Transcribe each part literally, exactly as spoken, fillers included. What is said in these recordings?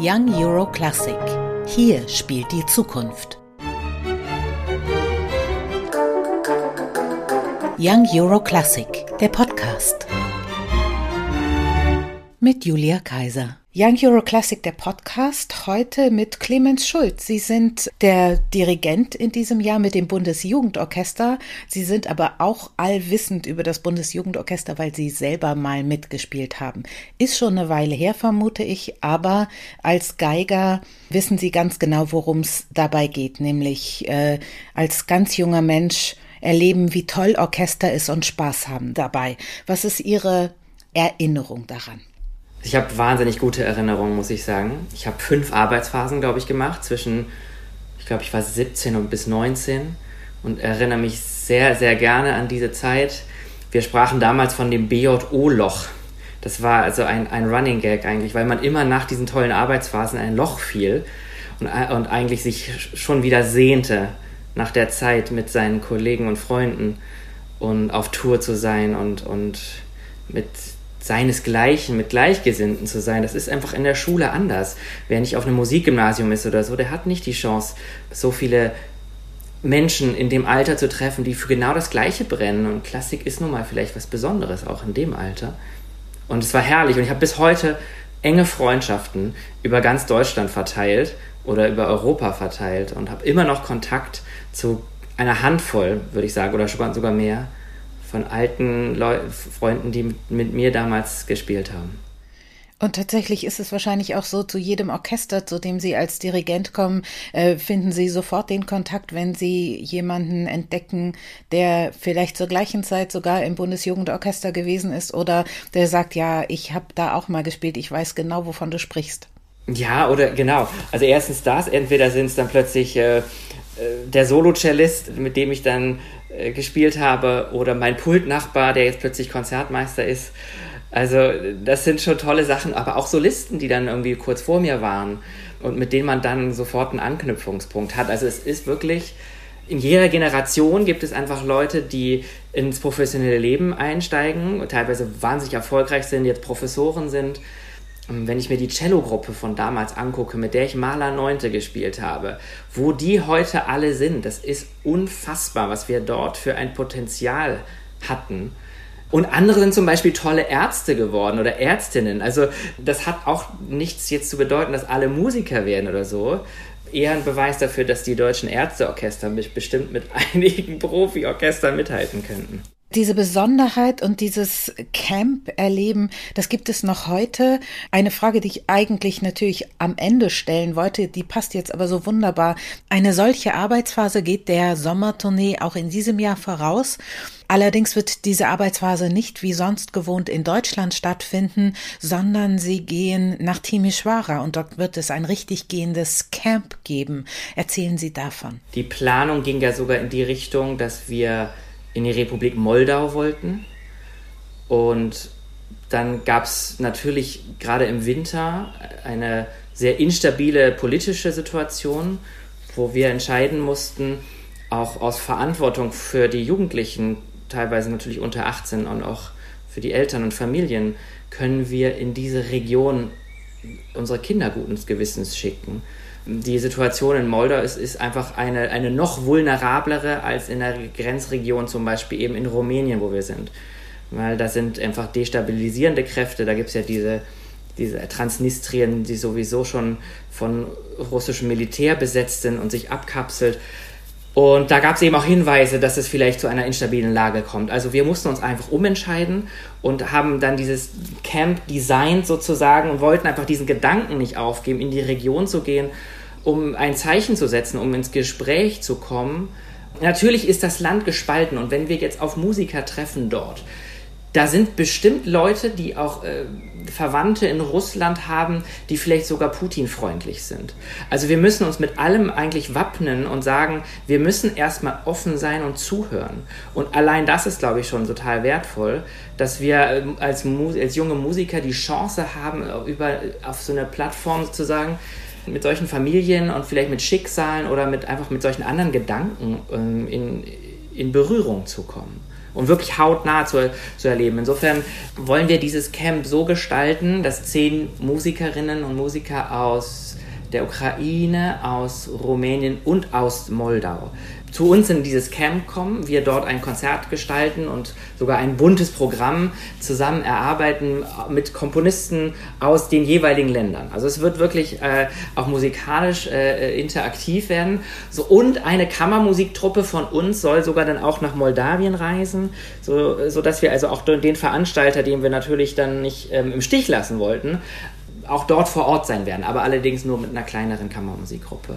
Young Euro Classic. Hier spielt die Zukunft. Young Euro Classic, der Podcast. Mit Julia Kaiser. Young Euro Classic, der Podcast, heute mit Clemens Schulz. Sie sind der Dirigent in diesem Jahr mit dem Bundesjugendorchester. Sie sind aber auch allwissend über das Bundesjugendorchester, weil Sie selber mal mitgespielt haben. Ist schon eine Weile her, vermute ich, aber als Geiger wissen Sie ganz genau, worum es dabei geht, nämlich äh, als ganz junger Mensch erleben, wie toll Orchester ist und Spaß haben dabei. Was ist Ihre Erinnerung daran? Ich habe wahnsinnig gute Erinnerungen, muss ich sagen. Ich habe fünf Arbeitsphasen, glaube ich, gemacht, zwischen, ich glaube, ich war siebzehn und bis neunzehn und erinnere mich sehr, sehr gerne an diese Zeit. Wir sprachen damals von dem B J O-Loch. Das war also ein, ein Running Gag eigentlich, weil man immer nach diesen tollen Arbeitsphasen in ein Loch fiel und, und eigentlich sich schon wieder sehnte, nach der Zeit mit seinen Kollegen und Freunden und auf Tour zu sein und, und mit seinesgleichen, mit Gleichgesinnten zu sein. Das ist einfach in der Schule anders. Wer nicht auf einem Musikgymnasium ist oder so, der hat nicht die Chance, so viele Menschen in dem Alter zu treffen, die für genau das Gleiche brennen. Und Klassik ist nun mal vielleicht was Besonderes, auch in dem Alter. Und es war herrlich. Und ich habe bis heute enge Freundschaften über ganz Deutschland verteilt oder über Europa verteilt und habe immer noch Kontakt zu einer Handvoll, würde ich sagen, oder sogar mehr, von alten Leu- Freunden, die mit, mit mir damals gespielt haben. Und tatsächlich ist es wahrscheinlich auch so, zu jedem Orchester, zu dem Sie als Dirigent kommen, äh, finden Sie sofort den Kontakt, wenn Sie jemanden entdecken, der vielleicht zur gleichen Zeit sogar im Bundesjugendorchester gewesen ist oder der sagt, ja, ich habe da auch mal gespielt, ich weiß genau, wovon du sprichst. Ja, oder genau. Also erstens das, entweder sind es dann plötzlich äh, der Solo-Cellist, mit dem ich dann äh, gespielt habe, oder mein Pultnachbar, der jetzt plötzlich Konzertmeister ist. Also das sind schon tolle Sachen, aber auch Solisten, die dann irgendwie kurz vor mir waren und mit denen man dann sofort einen Anknüpfungspunkt hat. Also es ist wirklich, in jeder Generation gibt es einfach Leute, die ins professionelle Leben einsteigen, teilweise wahnsinnig erfolgreich sind, jetzt Professoren sind. Wenn ich mir die Cello-Gruppe von damals angucke, mit der ich Mahler Neunte gespielt habe, wo die heute alle sind, das ist unfassbar, was wir dort für ein Potenzial hatten. Und andere sind zum Beispiel tolle Ärzte geworden oder Ärztinnen. Also das hat auch nichts jetzt zu bedeuten, dass alle Musiker werden oder so. Eher ein Beweis dafür, dass die deutschen Ärzteorchester bestimmt mit einigen Profiorchestern mithalten könnten. Diese Besonderheit und dieses Camp-Erleben, das gibt es noch heute. Eine Frage, die ich eigentlich natürlich am Ende stellen wollte, die passt jetzt aber so wunderbar. Eine solche Arbeitsphase geht der Sommertournee auch in diesem Jahr voraus. Allerdings wird diese Arbeitsphase nicht wie sonst gewohnt in Deutschland stattfinden, sondern sie gehen nach Timișoara und dort wird es ein richtig gehendes Camp geben. Erzählen Sie davon. Die Planung ging ja sogar in die Richtung, dass wir in die Republik Moldau wollten. Und dann gab es natürlich gerade im Winter eine sehr instabile politische Situation, wo wir entscheiden mussten, auch aus Verantwortung für die Jugendlichen, teilweise natürlich unter achtzehn und auch für die Eltern und Familien, können wir in diese Region unsere Kinder guten Gewissens schicken. Die Situation in Moldau ist, ist einfach eine, eine noch vulnerablere als in der Grenzregion, zum Beispiel eben in Rumänien, wo wir sind. Weil da sind einfach destabilisierende Kräfte, da gibt es ja diese, diese Transnistrien, die sowieso schon von russischem Militär besetzt sind und sich abkapselt. Und da gab es eben auch Hinweise, dass es vielleicht zu einer instabilen Lage kommt. Also wir mussten uns einfach umentscheiden und haben dann dieses Camp designt sozusagen und wollten einfach diesen Gedanken nicht aufgeben, in die Region zu gehen, um ein Zeichen zu setzen, um ins Gespräch zu kommen. Natürlich ist das Land gespalten und wenn wir jetzt auf Musiker treffen dort, da sind bestimmt Leute, die auch äh, Verwandte in Russland haben, die vielleicht sogar Putin-freundlich sind. Also wir müssen uns mit allem eigentlich wappnen und sagen, wir müssen erstmal offen sein und zuhören. Und allein das ist, glaube ich, schon total wertvoll, dass wir äh, als, Mu- als junge Musiker die Chance haben, über, auf so einer Plattform sozusagen mit solchen Familien und vielleicht mit Schicksalen oder mit einfach mit solchen anderen Gedanken ähm, in, in Berührung zu kommen. und wirklich hautnah zu, zu erleben. Insofern wollen wir dieses Camp so gestalten, dass zehn Musikerinnen und Musiker aus der Ukraine, aus Rumänien und aus Moldau zu uns in dieses Camp kommen, wir dort ein Konzert gestalten und sogar ein buntes Programm zusammen erarbeiten mit Komponisten aus den jeweiligen Ländern. Also es wird wirklich äh, auch musikalisch äh, interaktiv werden. So, und eine Kammermusiktruppe von uns soll sogar dann auch nach Moldawien reisen, so, so dass wir also auch den Veranstalter, den wir natürlich dann nicht ähm, im Stich lassen wollten, auch dort vor Ort sein werden, aber allerdings nur mit einer kleineren Kammermusikgruppe.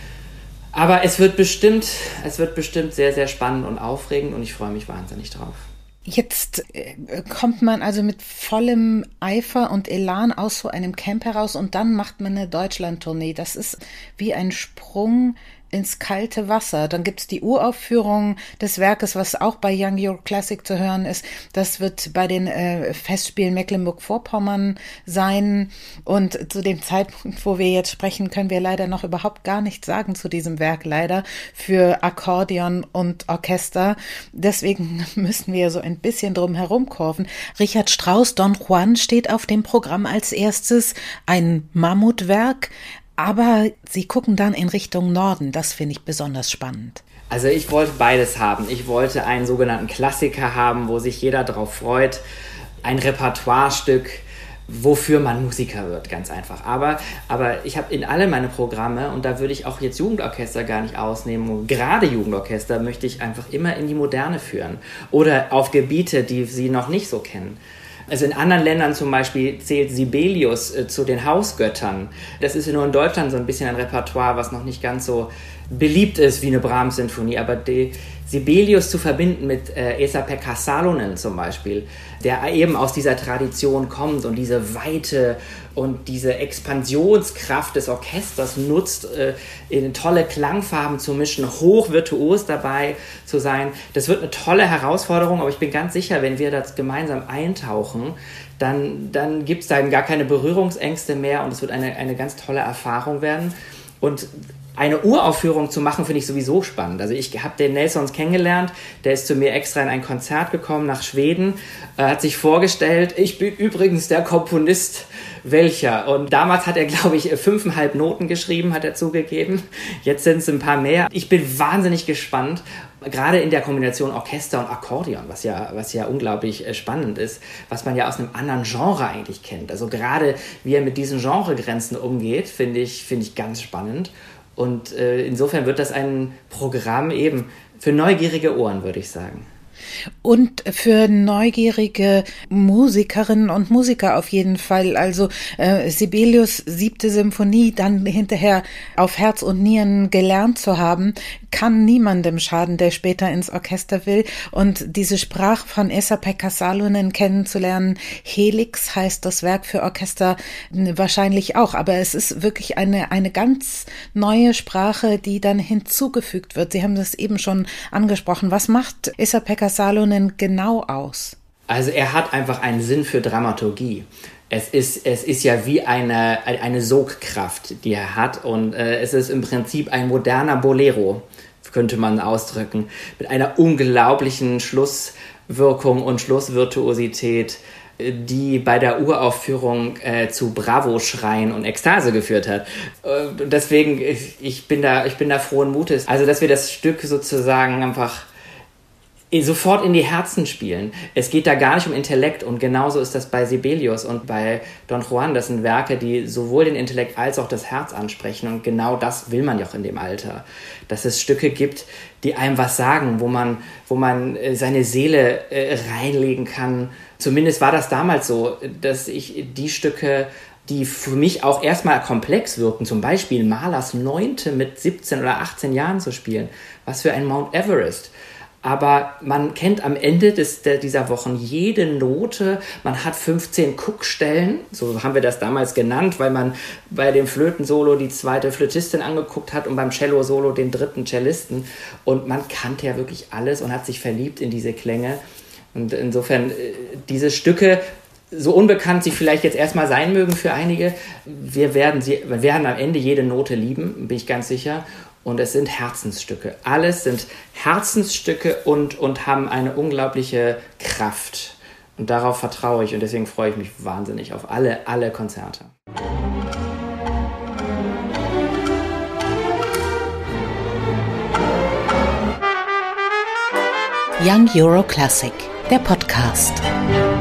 Aber es wird bestimmt, es wird bestimmt sehr, sehr spannend und aufregend und ich freue mich wahnsinnig drauf. Jetzt äh, kommt man also mit vollem Eifer und Elan aus so einem Camp heraus und dann macht man eine Deutschland-Tournee. Das ist wie ein Sprung ins kalte Wasser. Dann gibt's die Uraufführung des Werkes, was auch bei Young Euro Classic zu hören ist. Das wird bei den äh, Festspielen Mecklenburg-Vorpommern sein. Und zu dem Zeitpunkt, wo wir jetzt sprechen, können wir leider noch überhaupt gar nichts sagen zu diesem Werk, leider, für Akkordeon und Orchester. Deswegen müssen wir so ein bisschen drum herum kurven. Richard Strauss, Don Juan steht auf dem Programm als erstes. Ein Mammutwerk. Aber Sie gucken dann in Richtung Norden. Das finde ich besonders spannend. Also ich wollte beides haben. Ich wollte einen sogenannten Klassiker haben, wo sich jeder drauf freut. Ein Repertoirestück, wofür man Musiker wird, ganz einfach. Aber, aber ich habe in alle meine Programme, und da würde ich auch jetzt Jugendorchester gar nicht ausnehmen, und gerade Jugendorchester möchte ich einfach immer in die Moderne führen. Oder auf Gebiete, die sie noch nicht so kennen. Also in anderen Ländern zum Beispiel zählt Sibelius äh, zu den Hausgöttern. Das ist ja nur in Deutschland so ein bisschen ein Repertoire, was noch nicht ganz so beliebt ist wie eine Brahms-Sinfonie. Aber die Sibelius zu verbinden mit äh, Esa-Pekka Salonen zum Beispiel, der eben aus dieser Tradition kommt und diese Weite und diese Expansionskraft des Orchesters nutzt, äh, in tolle Klangfarben zu mischen, hochvirtuos dabei zu sein. Das wird eine tolle Herausforderung, aber ich bin ganz sicher, wenn wir das gemeinsam eintauchen, dann, dann gibt es da gar keine Berührungsängste mehr und es wird eine, eine ganz tolle Erfahrung werden. Und eine Uraufführung zu machen, finde ich sowieso spannend. Also ich habe den Nelsons kennengelernt, der ist zu mir extra in ein Konzert gekommen nach Schweden, äh, hat sich vorgestellt, ich bin übrigens der Komponist, welcher. Und damals hat er, glaube ich, fünfeinhalb Noten geschrieben, hat er zugegeben. Jetzt sind es ein paar mehr. Ich bin wahnsinnig gespannt, gerade in der Kombination Orchester und Akkordeon, was ja, was ja unglaublich spannend ist, was man ja aus einem anderen Genre eigentlich kennt. Also gerade wie er mit diesen Genregrenzen umgeht, finde ich, finde ich ganz spannend. Und äh, insofern wird das ein Programm eben für neugierige Ohren, würde ich sagen. Und für neugierige Musikerinnen und Musiker auf jeden Fall. Also äh, Sibelius' siebte Symphonie dann hinterher auf Herz und Nieren gelernt zu haben, kann niemandem schaden, der später ins Orchester will. Und diese Sprache von Esa-Pekka Salonen kennenzulernen, Helix heißt das Werk für Orchester wahrscheinlich auch. Aber es ist wirklich eine, eine ganz neue Sprache, die dann hinzugefügt wird. Sie haben das eben schon angesprochen. Was macht Esa-Pekka Salonen genau aus? Also er hat einfach einen Sinn für Dramaturgie. Es ist, es ist ja wie eine, eine Sogkraft, die er hat. Und äh, es ist im Prinzip ein moderner Bolero, könnte man ausdrücken, mit einer unglaublichen Schlusswirkung und Schlussvirtuosität, die bei der Uraufführung äh, zu Bravo-Schreien und Ekstase geführt hat. Äh, deswegen, ich, ich bin da, ich bin da frohen Mutes. Also, dass wir das Stück sozusagen einfach sofort in die Herzen spielen. Es geht da gar nicht um Intellekt und genauso ist das bei Sibelius und bei Don Juan. Das sind Werke, die sowohl den Intellekt als auch das Herz ansprechen und genau das will man ja auch in dem Alter. Dass es Stücke gibt, die einem was sagen, wo man, wo man seine Seele äh, reinlegen kann. Zumindest war das damals so, dass ich die Stücke, die für mich auch erstmal komplex wirken, zum Beispiel Mahlers Neunte mit siebzehn oder achtzehn Jahren zu spielen. Was für ein Mount Everest. Aber man kennt am Ende des, der, dieser Wochen jede Note. Man hat fünfzehn Guckstellen, so haben wir das damals genannt, weil man bei dem Flötensolo die zweite Flötistin angeguckt hat und beim Cello-Solo den dritten Cellisten. Und man kannte ja wirklich alles und hat sich verliebt in diese Klänge. Und insofern, diese Stücke, so unbekannt sie vielleicht jetzt erstmal sein mögen für einige, wir werden, sie, wir werden am Ende jede Note lieben, bin ich ganz sicher. Und es sind Herzensstücke. Alles sind Herzensstücke und, und haben eine unglaubliche Kraft. Und darauf vertraue ich und deswegen freue ich mich wahnsinnig auf alle, alle Konzerte. Young Euro Classic, der Podcast.